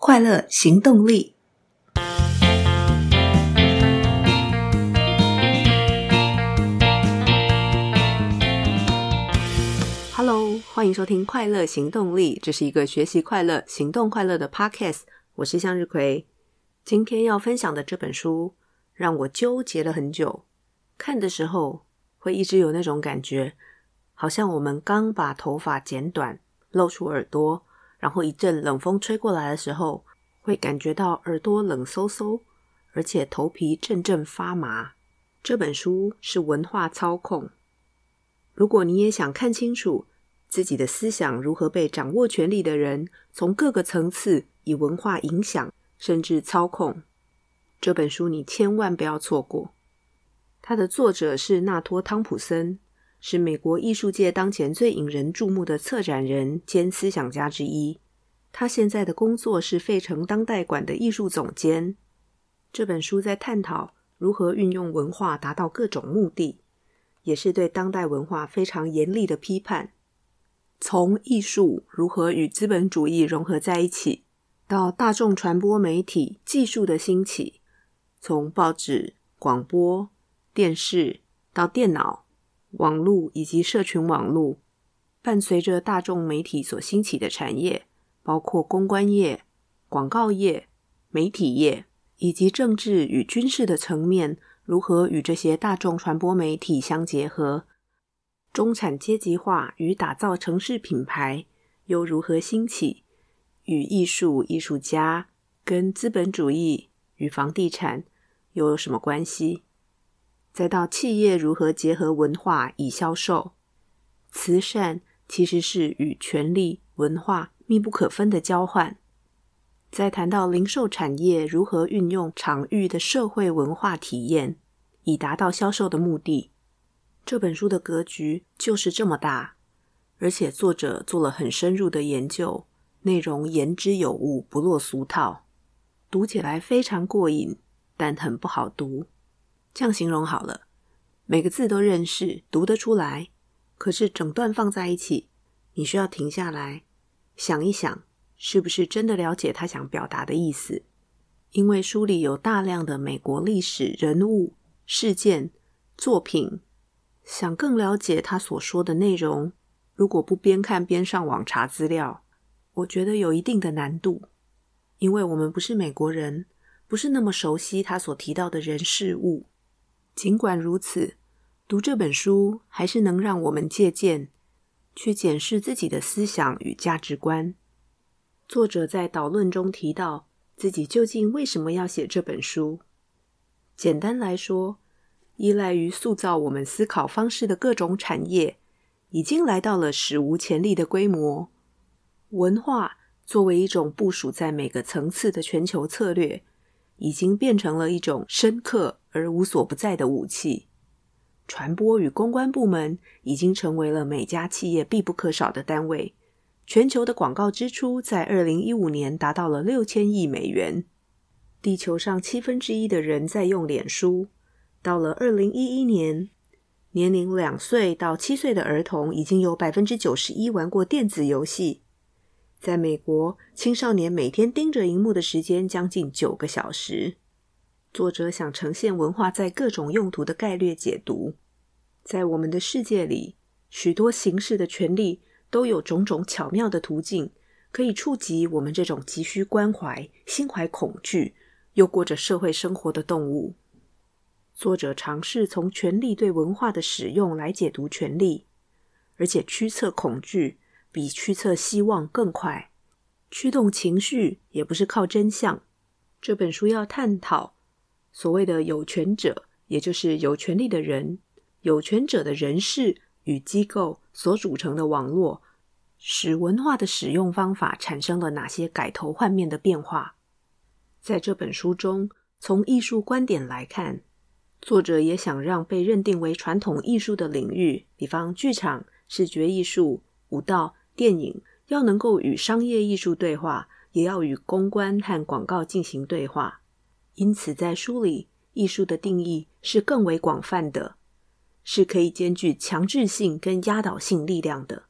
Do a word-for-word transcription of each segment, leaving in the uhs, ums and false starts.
快乐行动力。Hello， 欢迎收听快乐行动力，这是一个学习快乐、行动快乐的 podcast， 我是向日葵。今天要分享的这本书让我纠结了很久，看的时候会一直有那种感觉，好像我们刚把头发剪短，露出耳朵，然后一阵冷风吹过来的时候，会感觉到耳朵冷飕飕，而且头皮阵阵发麻。这本书是文化操控。如果你也想看清楚自己的思想如何被掌握权力的人从各个层次以文化影响甚至操控，这本书你千万不要错过。它的作者是纳托·汤普森，是美国艺术界当前最引人注目的策展人兼思想家之一。他现在的工作是费城当代馆的艺术总监。这本书在探讨如何运用文化达到各种目的，也是对当代文化非常严厉的批判。从艺术如何与资本主义融合在一起，到大众传播媒体技术的兴起，从报纸、广播、电视到电脑、网络以及社群网络，伴随着大众媒体所兴起的产业，包括公关业、广告业、媒体业，以及政治与军事的层面，如何与这些大众传播媒体相结合，中产阶级化与打造城市品牌又如何兴起，与艺术、艺术家跟资本主义与房地产又有什么关系，再到企业如何结合文化以销售。慈善其实是与权力、文化密不可分的交换。再谈到零售产业如何运用场域的社会文化体验，以达到销售的目的。这本书的格局就是这么大，而且作者做了很深入的研究，内容言之有物，不落俗套，读起来非常过瘾，但很不好读。这样形容好了，每个字都认识，读得出来，可是整段放在一起，你需要停下来想一想，是不是真的了解他想表达的意思。因为书里有大量的美国历史人物、事件、作品，想更了解他所说的内容，如果不边看边上网查资料，我觉得有一定的难度。因为我们不是美国人，不是那么熟悉他所提到的人事物。尽管如此，读这本书还是能让我们借鉴，去检视自己的思想与价值观。作者在导论中提到自己究竟为什么要写这本书。简单来说，依赖于塑造我们思考方式的各种产业已经来到了史无前例的规模。文化作为一种部署在每个层次的全球策略，已经变成了一种深刻而无所不在的武器。传播与公关部门已经成为了每家企业必不可少的单位。全球的广告支出在二零一五年达到了六千亿美元。地球上七分之一的人在用脸书。到了二零一一年，年龄两岁到七岁的儿童已经有 百分之九十一 玩过电子游戏。在美国，青少年每天盯着萤幕的时间将近九个小时。作者想呈现文化在各种用途的概略解读。在我们的世界里，许多形式的权利都有种种巧妙的途径，可以触及我们这种急需关怀、心怀恐惧，又过着社会生活的动物。作者尝试从权力对文化的使用来解读权力，而且驱策恐惧比驱策希望更快。驱动情绪也不是靠真相。这本书要探讨所谓的有权者，也就是有权力的人，有权者的人士与机构所组成的网络，使文化的使用方法产生了哪些改头换面的变化。在这本书中，从艺术观点来看，作者也想让被认定为传统艺术的领域，比方剧场、视觉艺术、舞蹈、电影，要能够与商业艺术对话，也要与公关和广告进行对话。因此在书里，艺术的定义是更为广泛的，是可以兼具强制性跟压倒性力量的。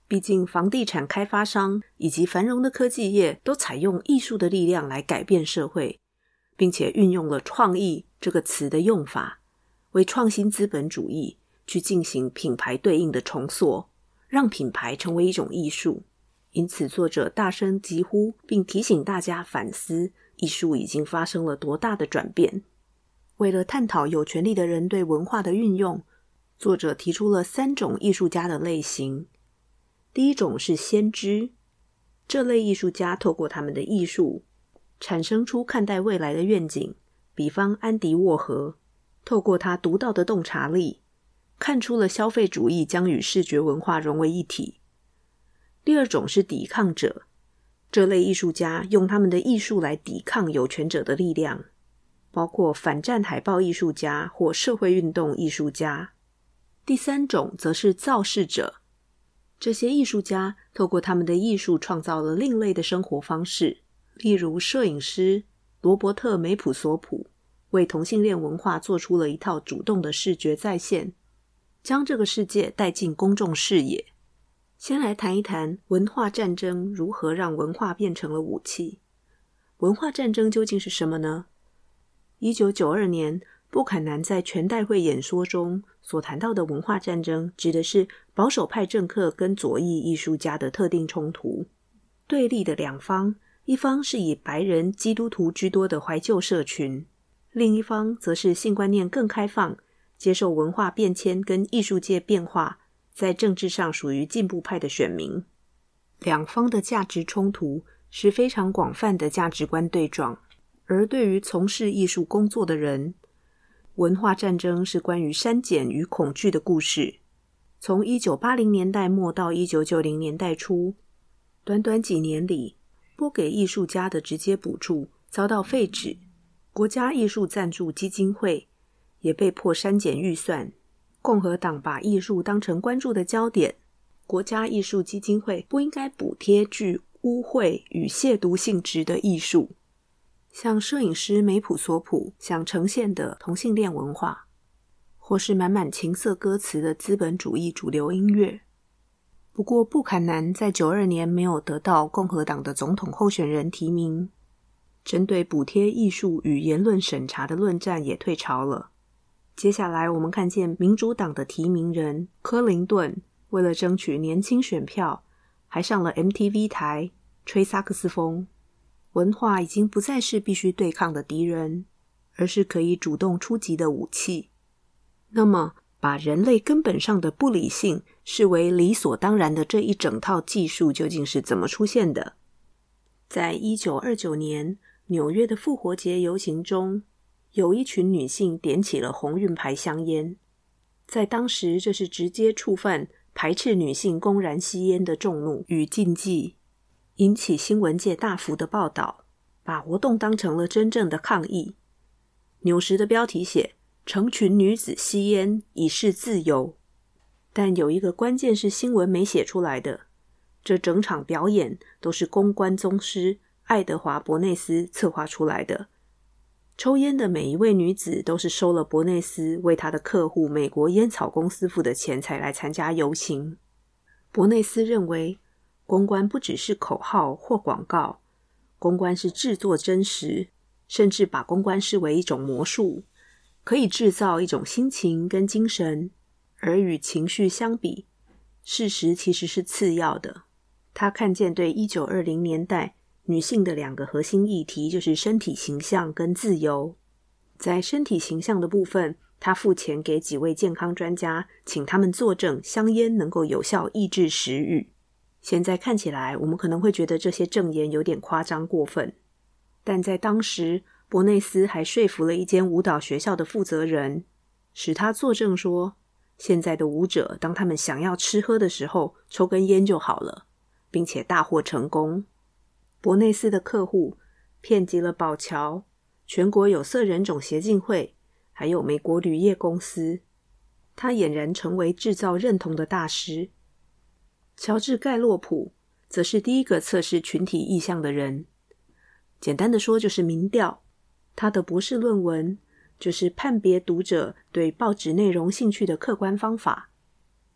毕竟房地产开发商以及繁荣的科技业都采用艺术的力量来改变社会，并且运用了创意这个词的用法，为创新资本主义去进行品牌对应的重塑，让品牌成为一种艺术。因此作者大声疾呼，并提醒大家反思艺术已经发生了多大的转变。为了探讨有权力的人对文化的运用，作者提出了三种艺术家的类型。第一种是先知，这类艺术家透过他们的艺术产生出看待未来的愿景，比方安迪沃荷透过他独到的洞察力看出了消费主义将与视觉文化融为一体。第二种是抵抗者，这类艺术家用他们的艺术来抵抗有权者的力量，包括反战海报艺术家或社会运动艺术家。第三种则是造势者，这些艺术家透过他们的艺术创造了另类的生活方式，例如摄影师罗伯特·梅普索普为同性恋文化做出了一套主动的视觉再现，将这个世界带进公众视野。先来谈一谈文化战争如何让文化变成了武器。文化战争究竟是什么呢？一九九二年布坎南在全代会演说中所谈到的文化战争，指的是保守派政客跟左翼艺术家的特定冲突。对立的两方，一方是以白人基督徒居多的怀旧社群，另一方则是性观念更开放，接受文化变迁跟艺术界变化，在政治上属于进步派的选民。两方的价值冲突是非常广泛的价值观对撞，而对于从事艺术工作的人，文化战争是关于删减与恐惧的故事。从一九八零年代末到一九九零年代初，短短几年里，拨给艺术家的直接补助遭到废止，国家艺术赞助基金会也被迫删减预算。共和党把艺术当成关注的焦点，国家艺术基金会不应该补贴具污秽与亵渎性质的艺术，像摄影师梅普索普想呈现的同性恋文化，或是满满情色歌词的资本主义主流音乐。不过布坎南在九二年没有得到共和党的总统候选人提名，针对补贴艺术与言论审查的论战也退潮了。接下来我们看见民主党的提名人柯林顿为了争取年轻选票，还上了 M T V 台吹萨克斯风。文化已经不再是必须对抗的敌人，而是可以主动出击的武器。那么把人类根本上的不理性视为理所当然的这一整套技术究竟是怎么出现的？在一九二九年纽约的复活节游行中，有一群女性点起了红运牌香烟。在当时，这是直接触犯排斥女性公然吸烟的众怒与禁忌，引起新闻界大幅的报道，把活动当成了真正的抗议。纽时的标题写成群女子吸烟以示自由，但有一个关键是新闻没写出来的，这整场表演都是公关宗师爱德华·伯内斯策划出来的。抽烟的每一位女子都是收了伯内斯为他的客户美国烟草公司付的钱才来参加游行。伯内斯认为公关不只是口号或广告，公关是制作真实，甚至把公关视为一种魔术，可以制造一种心情跟精神，而与情绪相比，事实其实是次要的。他看见对一九二零年代女性的两个核心议题，就是身体形象跟自由。在身体形象的部分，他付钱给几位健康专家，请他们作证香烟能够有效抑制食欲。现在看起来，我们可能会觉得这些证言有点夸张过分，但在当时，伯内斯还说服了一间舞蹈学校的负责人，使他作证说，现在的舞者当他们想要吃喝的时候，抽根烟就好了，并且大获成功。伯内斯的客户遍及了宝乔、全国有色人种协进会，还有美国铝业公司。他俨然成为制造认同的大师。乔治·盖洛普则是第一个测试群体意向的人，简单的说就是民调。他的博士论文就是判别读者对报纸内容兴趣的客观方法。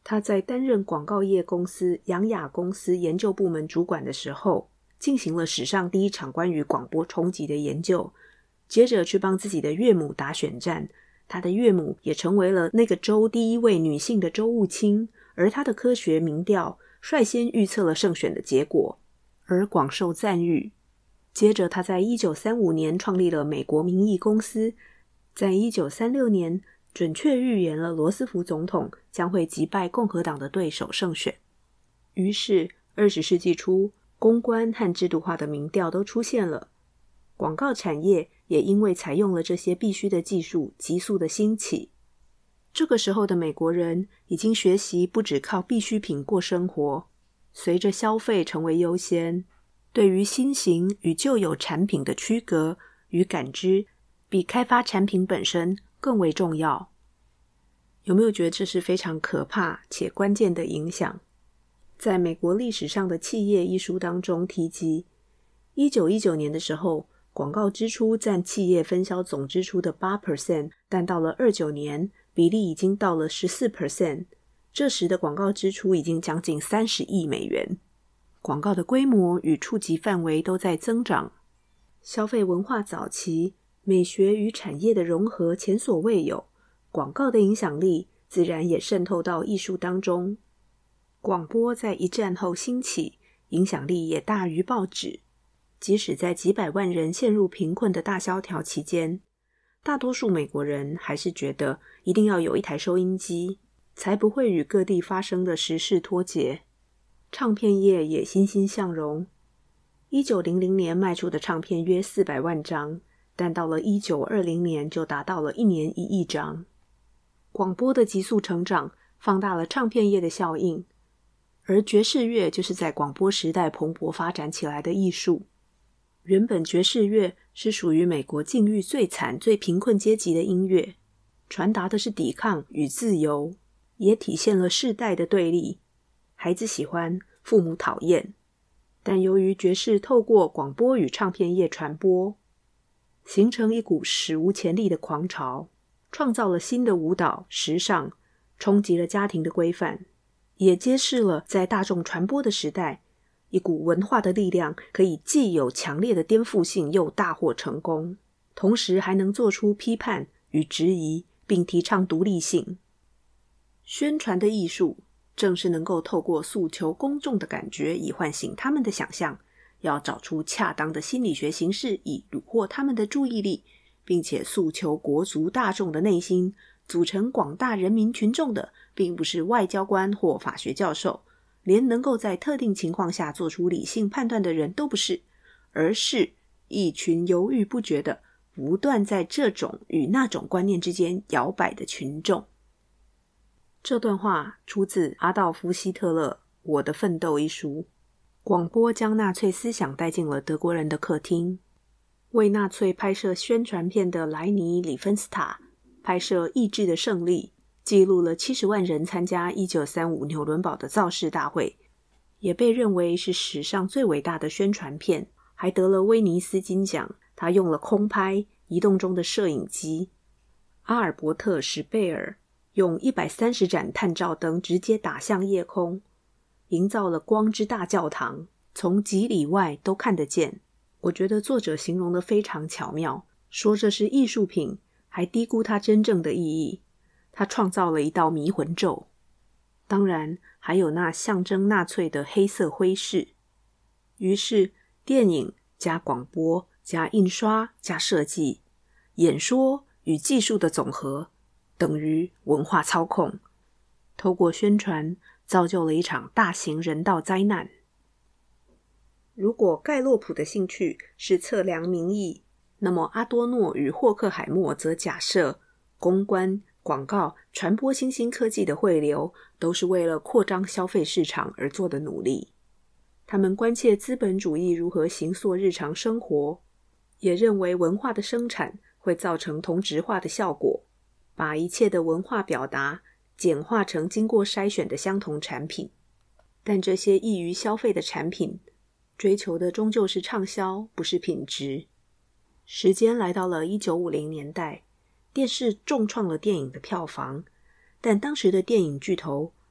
他在担任广告业公司洋雅公司研究部门主管的时候，进行了史上第一场关于广播冲击的研究，接着去帮自己的岳母打选战，他的岳母也成为了那个州第一位女性的州务卿，而他的科学民调率先预测了胜选的结果，而广受赞誉。接着他在一九三五年创立了美国民意公司，在一九三六年准确预言了罗斯福总统将会击败共和党的对手胜选。于是二十世纪初，公关和制度化的民调都出现了，广告产业也因为采用了这些必须的技术急速的兴起。这个时候的美国人已经学习不只靠必需品过生活，随着消费成为优先，对于新型与旧有产品的区隔与感知比开发产品本身更为重要。有没有觉得这是非常可怕且关键的影响？在美国历史上的企业一书当中提及，一九一九年的时候，广告支出占企业分销总支出的 百分之八， 但到了二十九年，比例已经到了 百分之十四， 这时的广告支出已经将近三十亿美元。广告的规模与触及范围都在增长。消费文化早期，美学与产业的融合前所未有，广告的影响力自然也渗透到艺术当中。广播在一战后兴起，影响力也大于报纸。即使在几百万人陷入贫困的大萧条期间，大多数美国人还是觉得一定要有一台收音机，才不会与各地发生的时事脱节。唱片业也欣欣向荣，一九零零年卖出的唱片约四百万张，但到了一九二零年就达到了一年一亿张。广播的急速成长放大了唱片业的效应，而爵士乐就是在广播时代蓬勃发展起来的艺术。原本爵士乐是属于美国境遇最惨最贫困阶级的音乐，传达的是抵抗与自由，也体现了世代的对立，孩子喜欢，父母讨厌。但由于爵士透过广播与唱片业传播，形成一股史无前例的狂潮，创造了新的舞蹈、时尚，冲击了家庭的规范，也揭示了在大众传播的时代，一股文化的力量可以既有强烈的颠覆性又大获成功，同时还能做出批判与质疑，并提倡独立性。宣传的艺术正是能够透过诉求公众的感觉以唤醒他们的想象，要找出恰当的心理学形式以虏获他们的注意力，并且诉求国族大众的内心。组成广大人民群众的并不是外交官或法学教授，连能够在特定情况下做出理性判断的人都不是，而是一群犹豫不决的不断在这种与那种观念之间摇摆的群众。这段话出自阿道夫·希特勒《我的奋斗》一书。广播将纳粹思想带进了德国人的客厅。为纳粹拍摄宣传片的莱尼·里芬斯塔拍摄《意志的胜利》，记录了七十万人参加一九三五纽伦堡的造势大会，也被认为是史上最伟大的宣传片，还得了威尼斯金奖。他用了空拍、移动中的摄影机。阿尔伯特·史贝尔用一百三十盏探照灯直接打向夜空，营造了光之大教堂，从几里外都看得见。我觉得作者形容得非常巧妙，说这是艺术品，还低估它真正的意义。他创造了一道迷魂咒。当然还有那象征纳粹的黑色徽饰。于是电影加广播加印刷加设计，演说与技术的总和等于文化操控，透过宣传造就了一场大型人道灾难。如果盖洛普的兴趣是测量民意，那么阿多诺与霍克海默则假设公关、广告、传播新兴科技的汇流都是为了扩张消费市场而做的努力。他们关切资本主义如何形塑日常生活，也认为文化的生产会造成同质化的效果，把一切的文化表达简化成经过筛选的相同产品。但这些易于消费的产品追求的终究是畅销，不是品质。时间来到了一九五零年代，电视重创了电影的票房，但当时的电影巨头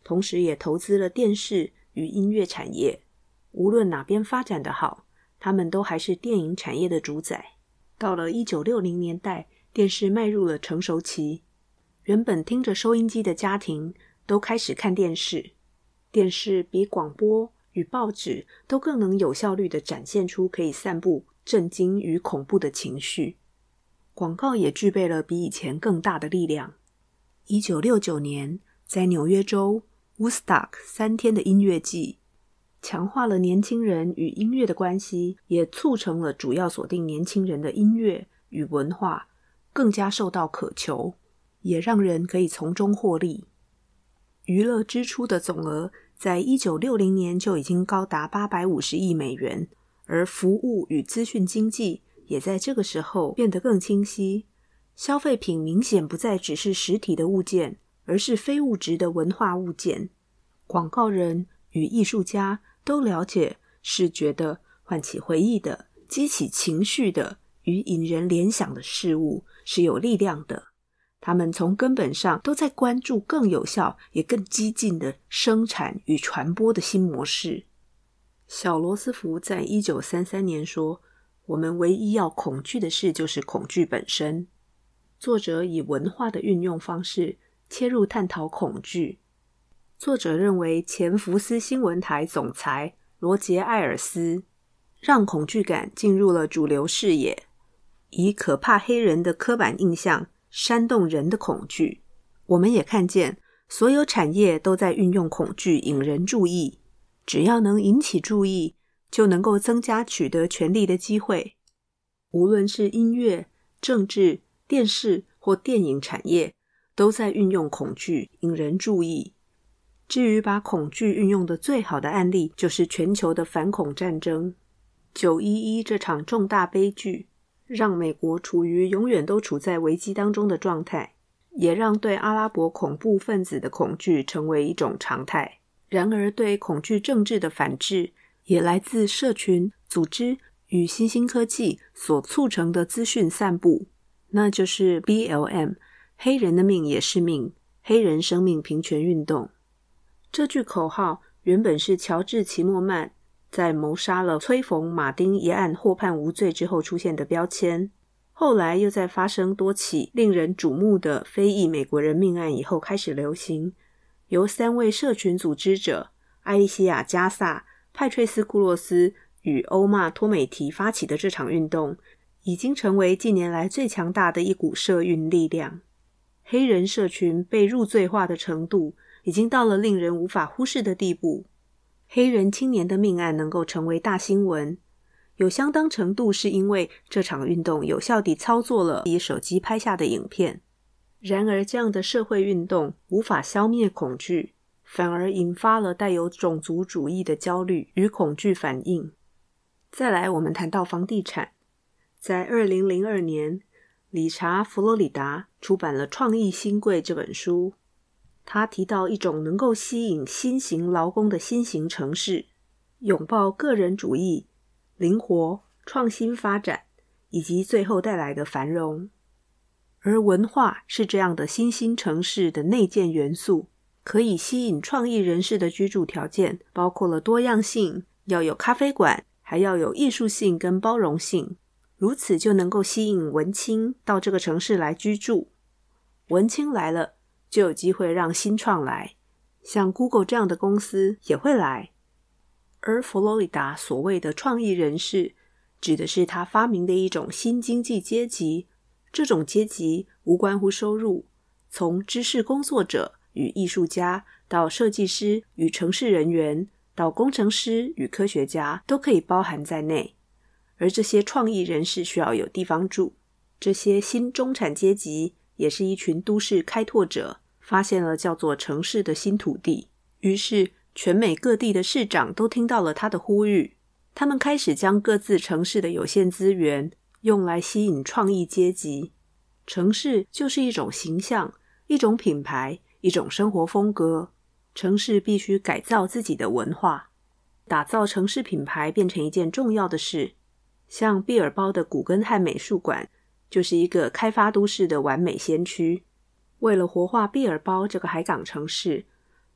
同时也投资了电视与音乐产业。无论哪边发展得好，他们都还是电影产业的主宰。到了一九六零年代，电视迈入了成熟期，原本听着收音机的家庭都开始看电视。电视比广播与报纸都更能有效率地展现出可以散布震惊与恐怖的情绪。广告也具备了比以前更大的力量。一九六九年，在纽约州 Woodstock 三天的音乐季，强化了年轻人与音乐的关系，也促成了主要锁定年轻人的音乐与文化更加受到渴求，也让人可以从中获利。娱乐支出的总额在一九六零年就已经高达八百五十亿美元，而服务与资讯经济也在这个时候变得更清晰。消费品明显不再只是实体的物件，而是非物质的文化物件。广告人与艺术家都了解视觉的、唤起回忆的、激起情绪的与引人联想的事物是有力量的。他们从根本上都在关注更有效也更激进的生产与传播的新模式。小罗斯福在一九三三年说，我们唯一要恐惧的事就是恐惧本身。作者以文化的运用方式切入探讨恐惧。作者认为前福斯新闻台总裁罗杰·艾尔斯让恐惧感进入了主流视野，以可怕黑人的刻板印象煽动人的恐惧。我们也看见所有产业都在运用恐惧引人注意，只要能引起注意，就能够增加取得权力的机会。无论是音乐、政治、电视或电影产业，都在运用恐惧引人注意。至于把恐惧运用的最好的案例，就是全球的反恐战争。九一一这场重大悲剧让美国处于永远都处在危机当中的状态，也让对阿拉伯恐怖分子的恐惧成为一种常态。然而对恐惧政治的反制也来自社群、组织与新兴科技所促成的资讯散布，那就是 B L M 黑人的命也是命，黑人生命平权运动。这句口号原本是乔治·齐默曼在谋杀了崔冯·马丁一案获判无罪之后出现的标签，后来又在发生多起令人瞩目的非裔美国人命案以后开始流行。由三位社群组织者艾莉西亚·加萨、派翠斯·库洛斯与欧玛·托美提发起的这场运动，已经成为近年来最强大的一股社运力量。黑人社群被入罪化的程度已经到了令人无法忽视的地步。黑人青年的命案能够成为大新闻，有相当程度是因为这场运动有效地操作了以手机拍下的影片。然而这样的社会运动无法消灭恐惧，反而引发了带有种族主义的焦虑与恐惧反应。再来我们谈到房地产。在二零零二年，理查·佛罗里达出版了《创意新贵》这本书。他提到一种能够吸引新型劳工的新型城市，拥抱个人主义、灵活、创新发展，以及最后带来的繁荣。而文化是这样的新兴城市的内建元素，可以吸引创意人士的居住条件包括了多样性，要有咖啡馆，还要有艺术性跟包容性，如此就能够吸引文青到这个城市来居住。文青来了，就有机会让新创来，像 Google 这样的公司也会来。而佛罗里达所谓的创意人士，指的是他发明的一种新经济阶级。这种阶级无关乎收入，从知识工作者与艺术家，到设计师与城市人员，到工程师与科学家，都可以包含在内。而这些创意人士需要有地方住，这些新中产阶级也是一群都市开拓者，发现了叫做城市的新土地。于是全美各地的市长都听到了他的呼吁，他们开始将各自城市的有限资源用来吸引创意阶级。城市就是一种形象，一种品牌，一种生活风格。城市必须改造自己的文化，打造城市品牌变成一件重要的事。像毕尔包的古根汉美术馆就是一个开发都市的完美先驱。为了活化毕尔包这个海港城市，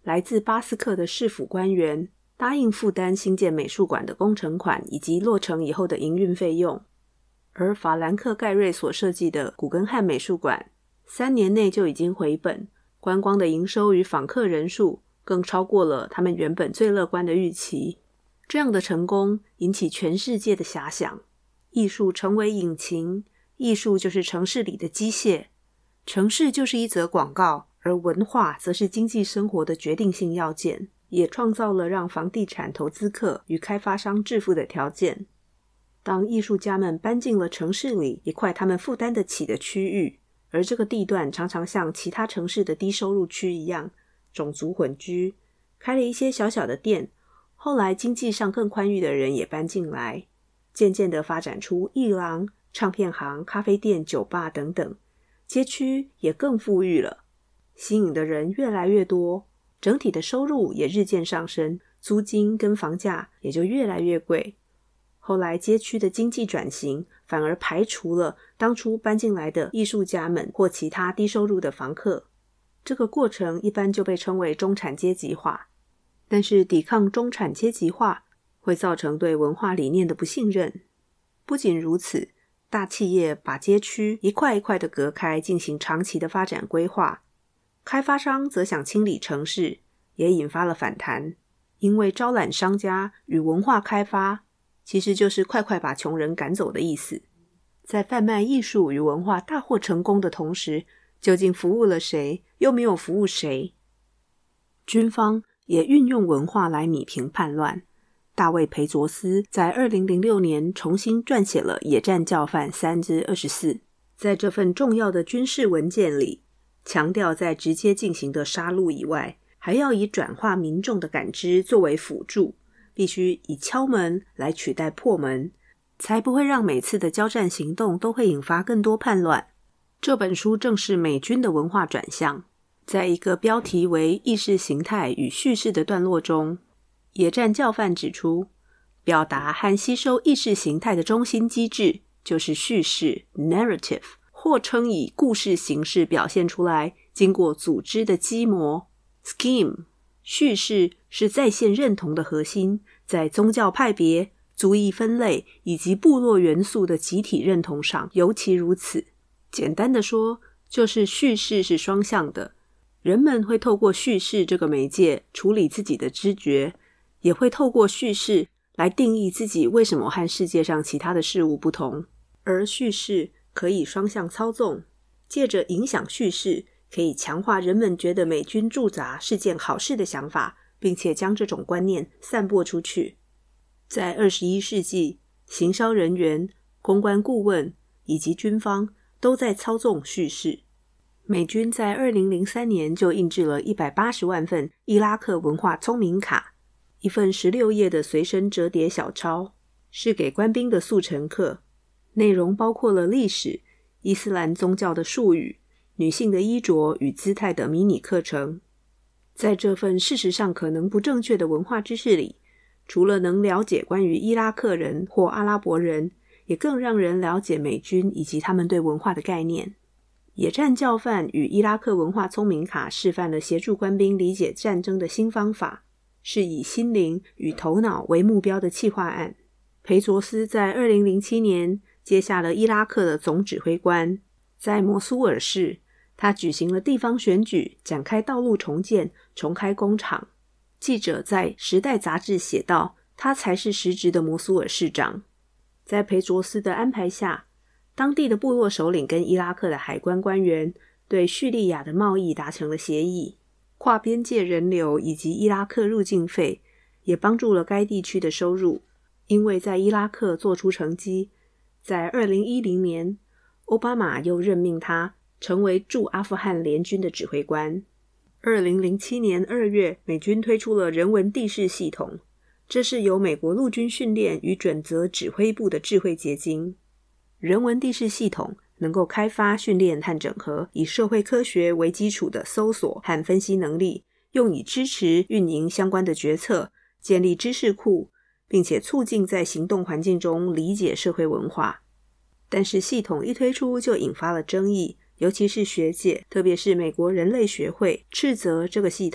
来自巴斯克的市府官员答应负担新建美术馆的工程款以及落成以后的营运费用。而法兰克·盖瑞所设计的古根汉美术馆三年内就已经回本，观光的营收与访客人数更超过了他们原本最乐观的预期。这样的成功引起全世界的遐想，艺术成为引擎，艺术就是城市里的机械，城市就是一则广告，而文化则是经济生活的决定性要件，也创造了让房地产投资客与开发商致富的条件。当艺术家们搬进了城市里一块他们负担得起的区域，而这个地段常常像其他城市的低收入区一样种族混居，开了一些小小的店，后来经济上更宽裕的人也搬进来，渐渐地发展出艺廊、唱片行、咖啡店、酒吧等等，街区也更富裕了，吸引的人越来越多，整体的收入也日渐上升，租金跟房价也就越来越贵。后来街区的经济转型反而排除了当初搬进来的艺术家们或其他低收入的房客，这个过程一般就被称为中产阶级化。但是抵抗中产阶级化会造成对文化理念的不信任。不仅如此，大企业把街区一块一块的隔开进行长期的发展规划，开发商则想清理城市，也引发了反弹。因为招揽商家与文化开发其实就是快快把穷人赶走的意思。在贩卖艺术与文化大获成功的同时，究竟服务了谁，又没有服务谁？军方也运用文化来弭平叛乱。大卫·裴卓斯在二零零六年重新撰写了《野战教范三之二十四》，在这份重要的军事文件里，强调在直接进行的杀戮以外，还要以转化民众的感知作为辅助，必须以敲门来取代破门，才不会让每次的交战行动都会引发更多叛乱。这本书正是美军的文化转向。在一个标题为意识形态与叙事的段落中，野战教范指出，表达和吸收意识形态的中心机制就是叙事 narrative， 或称以故事形式表现出来，经过组织的基模 scheme。 叙事是在线认同的核心，在宗教派别、族裔分类以及部落元素的集体认同上尤其如此。简单的说，就是叙事是双向的，人们会透过叙事这个媒介处理自己的知觉，也会透过叙事来定义自己为什么和世界上其他的事物不同。而叙事可以双向操纵，借着影响叙事，可以强化人们觉得美军驻扎是件好事的想法，并且将这种观念散播出去。在二十一世纪，行销人员、公关顾问以及军方都在操纵叙事。美军在二零零三年就印制了一百八十万份伊拉克文化聪明卡，一份十六页的随身折叠小抄，是给官兵的速成课，内容包括了历史、伊斯兰宗教的术语、女性的衣着与姿态的迷你课程。在这份事实上可能不正确的文化知识里，除了能了解关于伊拉克人或阿拉伯人，也更让人了解美军以及他们对文化的概念。野战教范与伊拉克文化聪明卡示范了协助官兵理解战争的新方法，是以心灵与头脑为目标的企划案。裴卓斯在二零零七年接下了伊拉克的总指挥官，在摩苏尔市，他举行了地方选举，展开道路重建，重开工厂。记者在《时代》杂志写道，他才是实职的摩苏尔市长。在裴卓斯的安排下，当地的部落首领跟伊拉克的海关官员对叙利亚的贸易达成了协议，跨边界人流以及伊拉克入境费也帮助了该地区的收入。因为在伊拉克做出成绩，在二零一零年，奥巴马又任命他成为驻阿富汗联军的指挥官。二零零七年二月，美军推出了人文地势系统，这是由美国陆军训练与准则指挥部的智慧结晶。人文地势系统能够开发、训练和整合以社会科学为基础的搜索和分析能力，用以支持运营相关的决策，建立知识库，并且促进在行动环境中理解社会文化。但是系统一推出就引发了争议，尤其是学界，特别是美国人类学会斥责这个系统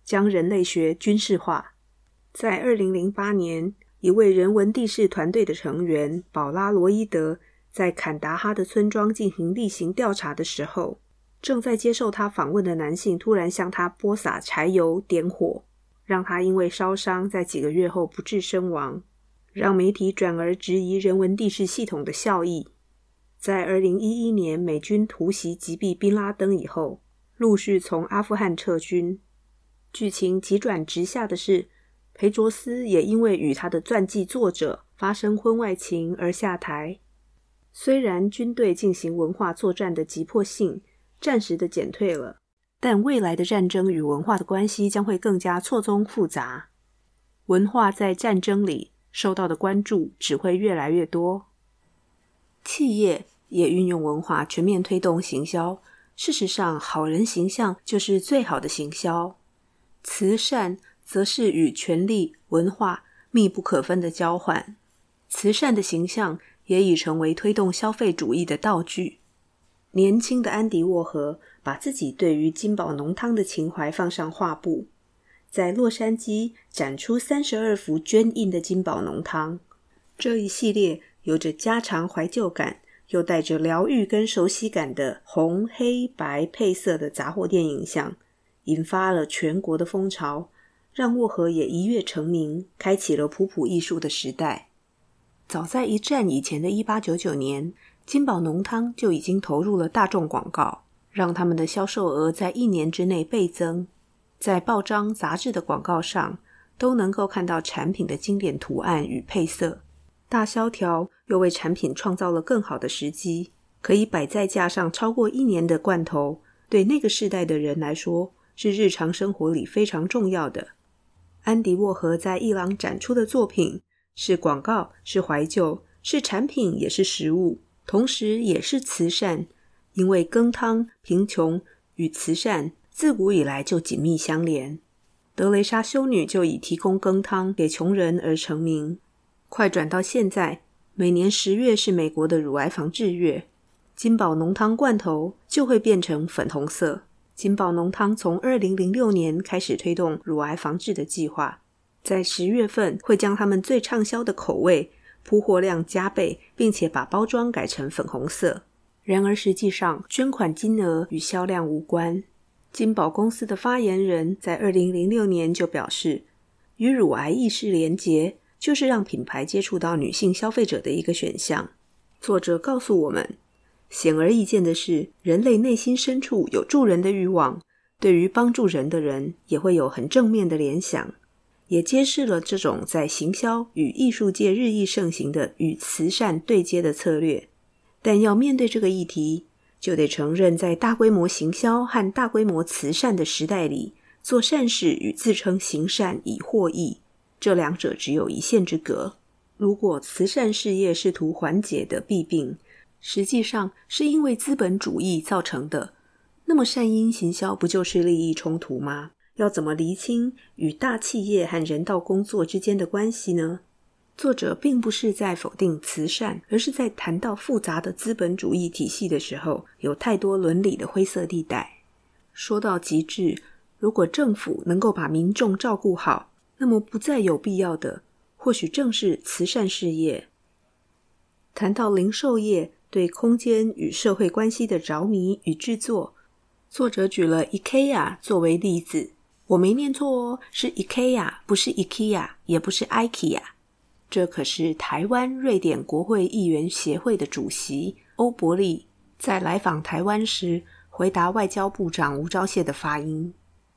将人类学军事化。在二零零八年，一位人文地势团队的成员宝拉·罗伊德在坎达哈的村庄进行例行调查的时候，正在接受他访问的男性突然向他泼洒柴油点火，让他因为烧伤在几个月后不治身亡，让媒体转而质疑人文地势系统的效益。在二零一一年美军突袭击毙宾拉登以后，陆续从阿富汗撤军。剧情急转直下的是，裴卓斯也因为与他的传记作者发生婚外情而下台。虽然军队进行文化作战的急迫性暂时的减退了，但未来的战争与文化的关系将会更加错综复杂。文化在战争里受到的关注只会越来越多。企业也运用文化全面推动行销，事实上好人形象就是最好的行销。慈善则是与权力、文化密不可分的交换。慈善的形象也已成为推动消费主义的道具。年轻的安迪沃荷把自己对于金宝浓汤的情怀放上画布，在洛杉矶展出三十二幅捐印的金宝浓汤。这一系列有着家常怀旧感又带着疗愈跟熟悉感的红、黑、白配色的杂货店影像，引发了全国的风潮，让沃荷也一跃成名，开启了普普艺术的时代。早在一战以前的一八九九年，金宝浓汤就已经投入了大众广告，让他们的销售额在一年之内倍增。在报章、杂志的广告上都能够看到产品的经典图案与配色。大萧条又为产品创造了更好的时机，可以摆在架上超过一年的罐头，对那个世代的人来说是日常生活里非常重要的。安迪沃荷在伊朗展出的作品是广告，是怀旧，是产品，也是食物，同时也是慈善，因为羹汤、贫穷与慈善自古以来就紧密相连。德雷莎修女就以提供羹汤给穷人而成名。快转到现在，每年十月是美国的乳癌防治月，金宝浓汤罐头就会变成粉红色。金宝浓汤从二零零六年开始推动乳癌防治的计划，在十月份会将他们最畅销的口味铺货量加倍，并且把包装改成粉红色。然而实际上捐款金额与销量无关。金宝公司的发言人在二零零六年就表示，与乳癌意识连结就是让品牌接触到女性消费者的一个选项。作者告诉我们，显而易见的是，人类内心深处有助人的欲望，对于帮助人的人也会有很正面的联想，也揭示了这种在行销与艺术界日益盛行的与慈善对接的策略。但要面对这个议题，就得承认在大规模行销和大规模慈善的时代里，做善事与自称行善以获益，这两者只有一线之隔。如果慈善事业试图缓解的弊病实际上是因为资本主义造成的，那么善因行销不就是利益冲突吗？要怎么厘清与大企业和人道工作之间的关系呢？作者并不是在否定慈善，而是在谈到复杂的资本主义体系的时候，有太多伦理的灰色地带。说到极致，如果政府能够把民众照顾好，那么不再有必要的或许正是慈善事业。谈到零售业对空间与社会关系的着迷与制作，作者举了 IKEA 作为例子。我没念错哦，是 IKEA， 不是 IKEA， 也不是 IKEA。 这可是台湾瑞典国会议员协会的主席欧伯利在来访台湾时回答外交部长吴钊燮的发音。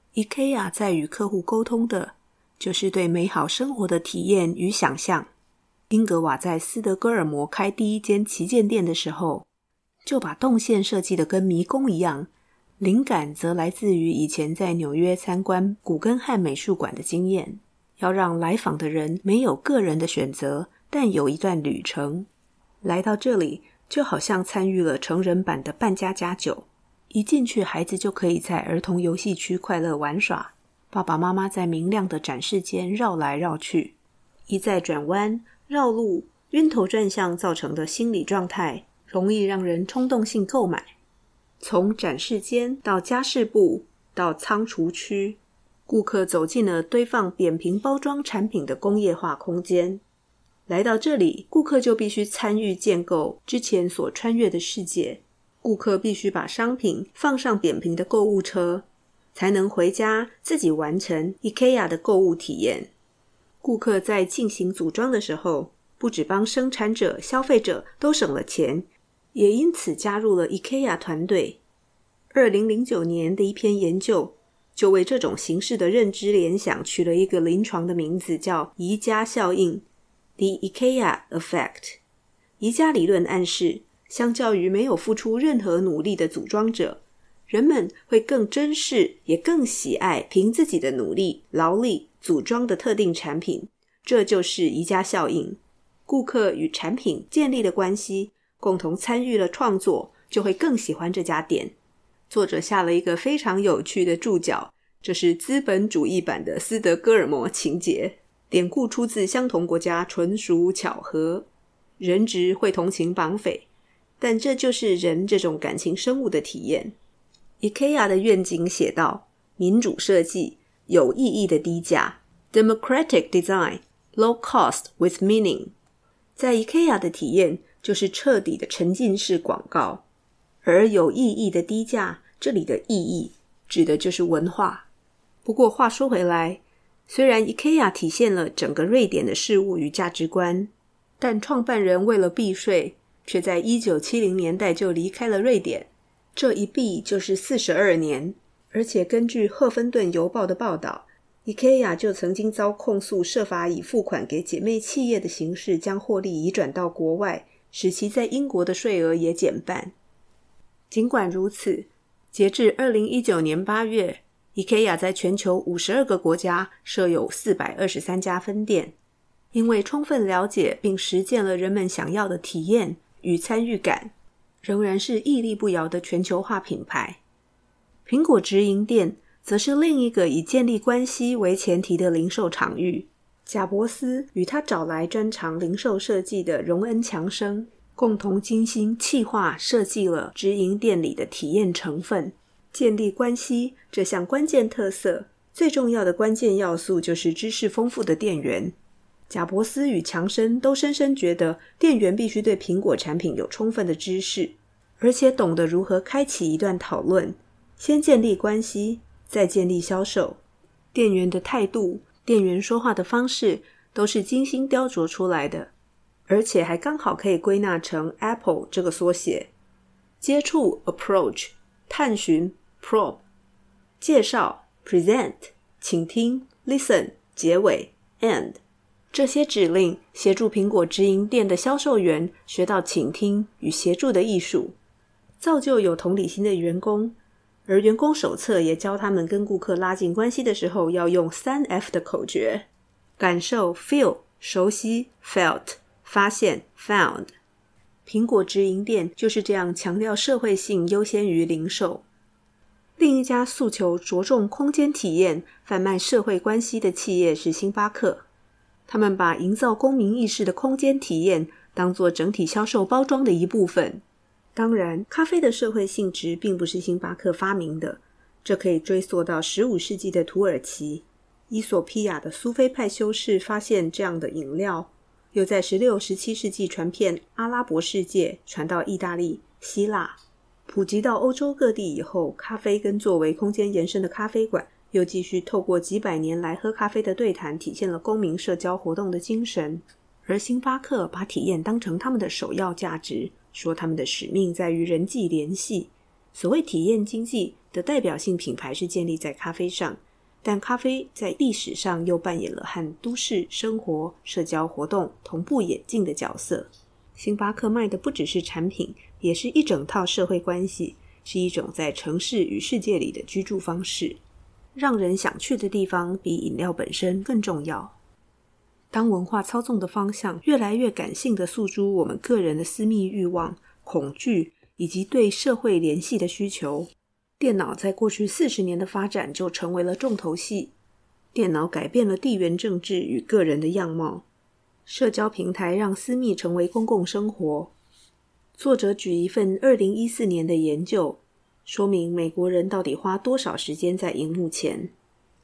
IKEA 在与客户沟通的就是对美好生活的体验与想象。英格瓦在斯德哥尔摩开第一间旗舰店的时候，就把动线设计得跟迷宫一样，灵感则来自于以前在纽约参观古根汉美术馆的经验，要让来访的人没有个人的选择，但有一段旅程。来到这里就好像参与了成人版的扮家家酒，一进去孩子就可以在儿童游戏区快乐玩耍，爸爸妈妈在明亮的展示间绕来绕去，一再转弯绕路，晕头转向造成的心理状态容易让人冲动性购买。从展示间到家饰部到仓储区， 顾客走进了堆放扁平包装产品的工业化空间。来到这里，顾客就必须参与建构之前所穿越的世界。顾客必须把商品放上扁平的购物车，才能回家自己完成 IKEA 的购物体验。顾客在进行组装的时候，不只帮生产者、消费者都省了钱，也因此加入了 IKEA 团队。二零零九年的一篇研究就为这种形式的认知联想取了一个临床的名字，叫宜家效应 The IKEA Effect。 宜家理论暗示，相较于没有付出任何努力的组装者，人们会更珍视也更喜爱凭自己的努力、劳力组装的特定产品。这就是宜家效应。顾客与产品建立了关系，共同参与了创作，就会更喜欢这家店。作者下了一个非常有趣的注脚，这是资本主义版的斯德哥尔摩情节。典故出自相同国家，纯属巧合。人质会同情绑匪，但这就是人这种感情生物的体验。 IKEA 的愿景写道：民主设计，有意义的低价 Democratic Design, Low Cost with Meaning。 在 IKEA 的体验就是彻底的沉浸式广告，而有意义的低价，这里的意义指的就是文化。不过话说回来，虽然 IKEA 体现了整个瑞典的事物与价值观，但创办人为了避税，却在一九七零年代就离开了瑞典，这一避就是四十二年。而且根据赫芬顿邮报的报道， IKEA 就曾经遭控诉设法以付款给姐妹企业的形式将获利移转到国外，使其在英国的税额也减半。尽管如此，截至二零一九年八月， IKEA 在全球五十二个国家设有四百二十三家分店。因为充分了解并实践了人们想要的体验与参与感，仍然是屹立不摇的全球化品牌。苹果直营店则是另一个以建立关系为前提的零售场域。贾伯斯与他找来专长零售设计的荣恩强生，共同精心企划设计了直营店里的体验成分。建立关系这项关键特色，最重要的关键要素就是知识丰富的店员。贾伯斯与强生都深深觉得店员必须对苹果产品有充分的知识，而且懂得如何开启一段讨论，先建立关系，再建立销售。店员的态度，店员说话的方式都是精心雕琢出来的，而且还刚好可以归纳成 Apple 这个缩写。接触 Approach， 探寻 Probe， 介绍 Present， 倾听 Listen， 结尾 End。这些指令协助苹果直营店的销售员学到倾听与协助的艺术，造就有同理心的员工。而员工手册也教他们跟顾客拉近关系的时候要用三 F 的口诀：感受 Feel， 熟悉 Felt， 发现 Found。 苹果直营店就是这样强调社会性优先于零售。另一家诉求着重空间体验、贩卖社会关系的企业是星巴克。他们把营造公民意识的空间体验当作整体销售包装的一部分。当然，咖啡的社会性质并不是星巴克发明的，这可以追溯到十五世纪的土耳其。伊索匹亚的苏菲派修士发现这样的饮料，又在十六、十七世纪传遍阿拉伯世界，传到意大利、希腊，普及到欧洲各地以后，咖啡跟作为空间延伸的咖啡馆又继续透过几百年来喝咖啡的对谈，体现了公民社交活动的精神。而星巴克把体验当成他们的首要价值，说他们的使命在于人际联系。所谓体验经济的代表性品牌是建立在咖啡上，但咖啡在历史上又扮演了和都市生活、社交活动同步演进的角色。星巴克卖的不只是产品，也是一整套社会关系，是一种在城市与世界里的居住方式。让人想去的地方比饮料本身更重要。当文化操纵的方向越来越感性地诉诸我们个人的私密欲望、恐惧以及对社会联系的需求，电脑在过去四十年的发展就成为了重头戏。电脑改变了地缘政治与个人的样貌，社交平台让私密成为公共生活。作者举一份二零一四年的研究，说明美国人到底花多少时间在荧幕前。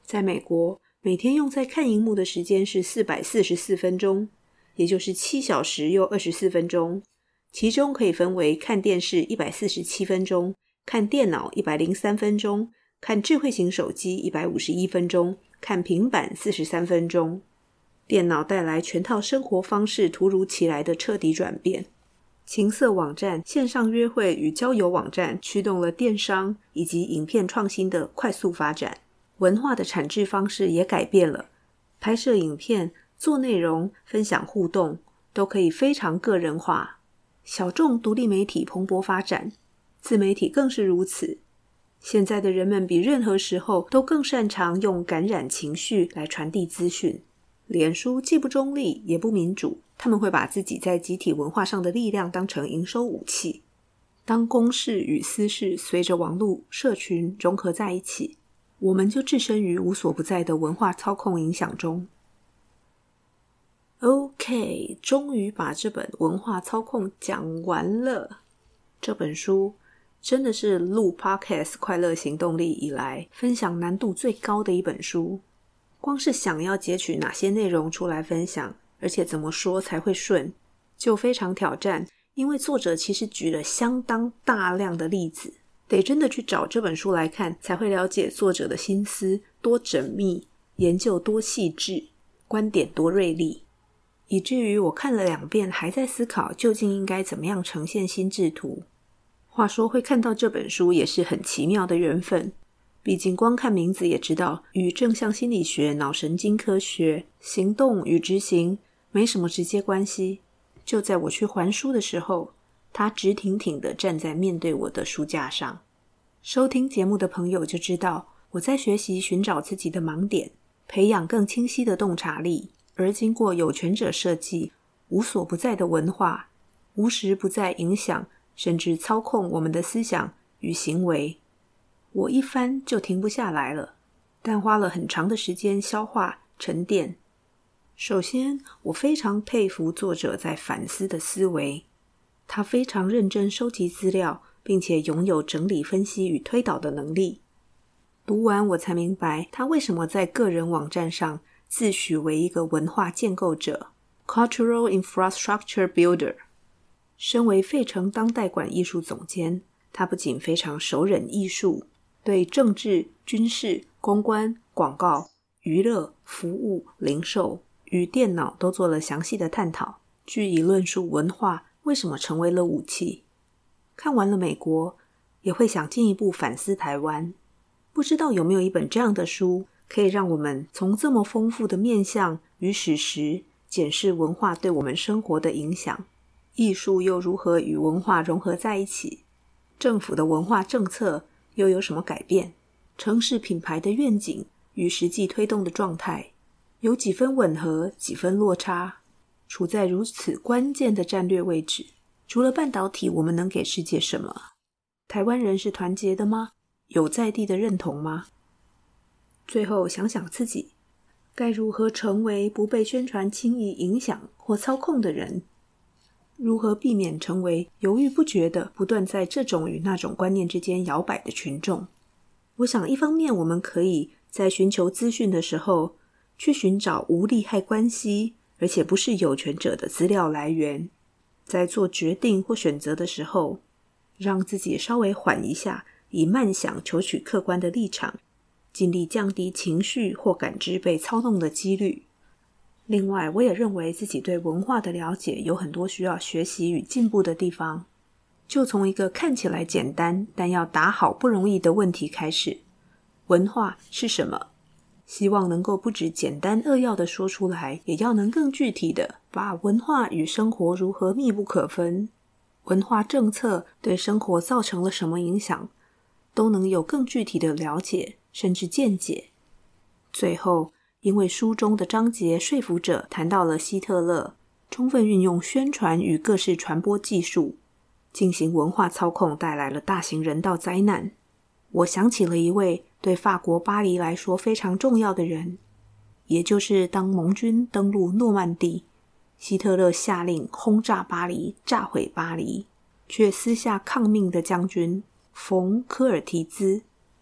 在美国，每天用在看萤幕的时间是四百四十四分钟，也就是七小时又二十四分钟，其中可以分为看电视一百四十七分钟，看电脑一百零三分钟，看智慧型手机一百五十一分钟，看平板四十三分钟。电脑带来全套生活方式突如其来的彻底转变。情色网站、线上约会与交友网站驱动了电商以及影片创新的快速发展。文化的产制方式也改变了，拍摄影片、做内容、分享互动都可以非常个人化。小众独立媒体蓬勃发展，自媒体更是如此。现在的人们比任何时候都更擅长用感染情绪来传递资讯。脸书既不中立也不民主，他们会把自己在集体文化上的力量当成营收武器。当公事与私事随着网络社群融合在一起，我们就置身于无所不在的文化操控影响中。OK， 终于把这本文化操控讲完了。这本书真的是录 Podcast 快乐行动力以来分享难度最高的一本书。光是想要截取哪些内容出来分享，而且怎么说才会顺，就非常挑战，因为作者其实举了相当大量的例子，得真的去找这本书来看，才会了解作者的心思多缜密，研究多细致，观点多锐利，以至于我看了两遍还在思考究竟应该怎么样呈现心智图。话说会看到这本书也是很奇妙的缘分，毕竟光看名字也知道与正向心理学、脑神经科学、行动与执行没什么直接关系。就在我去还书的时候，他直挺挺地站在面对我的书架上。收听节目的朋友就知道，我在学习寻找自己的盲点，培养更清晰的洞察力，而经过有权者设计无所不在的文化，无时不在影响甚至操控我们的思想与行为。我一翻就停不下来了，但花了很长的时间消化沉淀。首先，我非常佩服作者在反思的思维，他非常认真收集资料，并且拥有整理分析与推导的能力。读完我才明白他为什么在个人网站上自诩为一个文化建构者 Cultural Infrastructure Builder。 身为费城当代馆艺术总监，他不仅非常熟稔艺术，对政治、军事、公关、广告、娱乐、服务、零售与电脑都做了详细的探讨，据以论述文化为什么成为了武器。看完了美国，也会想进一步反思台湾。不知道有没有一本这样的书，可以让我们从这么丰富的面向与史实检视文化对我们生活的影响，艺术又如何与文化融合在一起，政府的文化政策又有什么改变，城市品牌的愿景与实际推动的状态有几分吻合，几分落差，处在如此关键的战略位置。除了半导体，我们能给世界什么？台湾人是团结的吗？有在地的认同吗？最后想想自己该如何成为不被宣传轻易影响或操控的人，如何避免成为犹豫不决的不断在这种与那种观念之间摇摆的群众。我想一方面我们可以在寻求资讯的时候去寻找无利害关系而且不是有权者的资料来源，在做决定或选择的时候让自己稍微缓一下，以慢想求取客观的立场，尽力降低情绪或感知被操弄的几率。另外，我也认为自己对文化的了解有很多需要学习与进步的地方。就从一个看起来简单但要答好不容易的问题开始，文化是什么？希望能够不只简单扼要的说出来，也要能更具体的把文化与生活如何密不可分，文化政策对生活造成了什么影响，都能有更具体的了解甚至见解。最后，因为书中的章节说服者谈到了希特勒充分运用宣传与各式传播技术进行文化操控，带来了大型人道灾难，我想起了一位对法国巴黎来说非常重要的人，也就是当盟军登陆诺曼底，希特勒下令轰炸巴黎，炸毁巴黎，却私下抗命的将军冯·科尔提兹。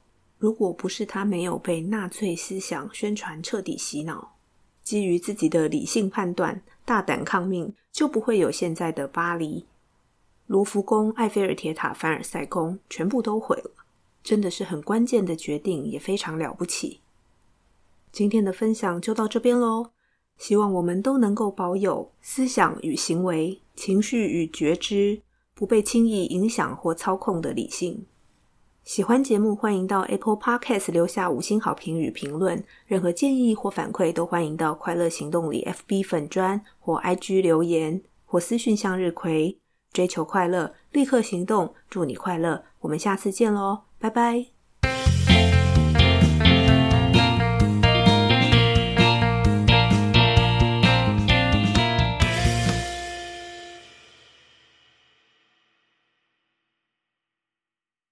如果不是他没有被纳粹思想宣传彻底洗脑，基于自己的理性判断大胆抗命，就不会有现在的巴黎。罗浮宫、埃菲尔铁塔、凡尔赛宫全部都毁了，真的是很关键的决定，也非常了不起。今天的分享就到这边咯，希望我们都能够保有思想与行为、情绪与觉知，不被轻易影响或操控的理性。喜欢节目欢迎到 Apple Podcast 留下五星好评与评论，任何建议或反馈都欢迎到快乐行动里 F B 粉专或 I G 留言或私讯向日葵。追求快乐，立刻行动，祝你快乐，我们下次见咯，拜拜。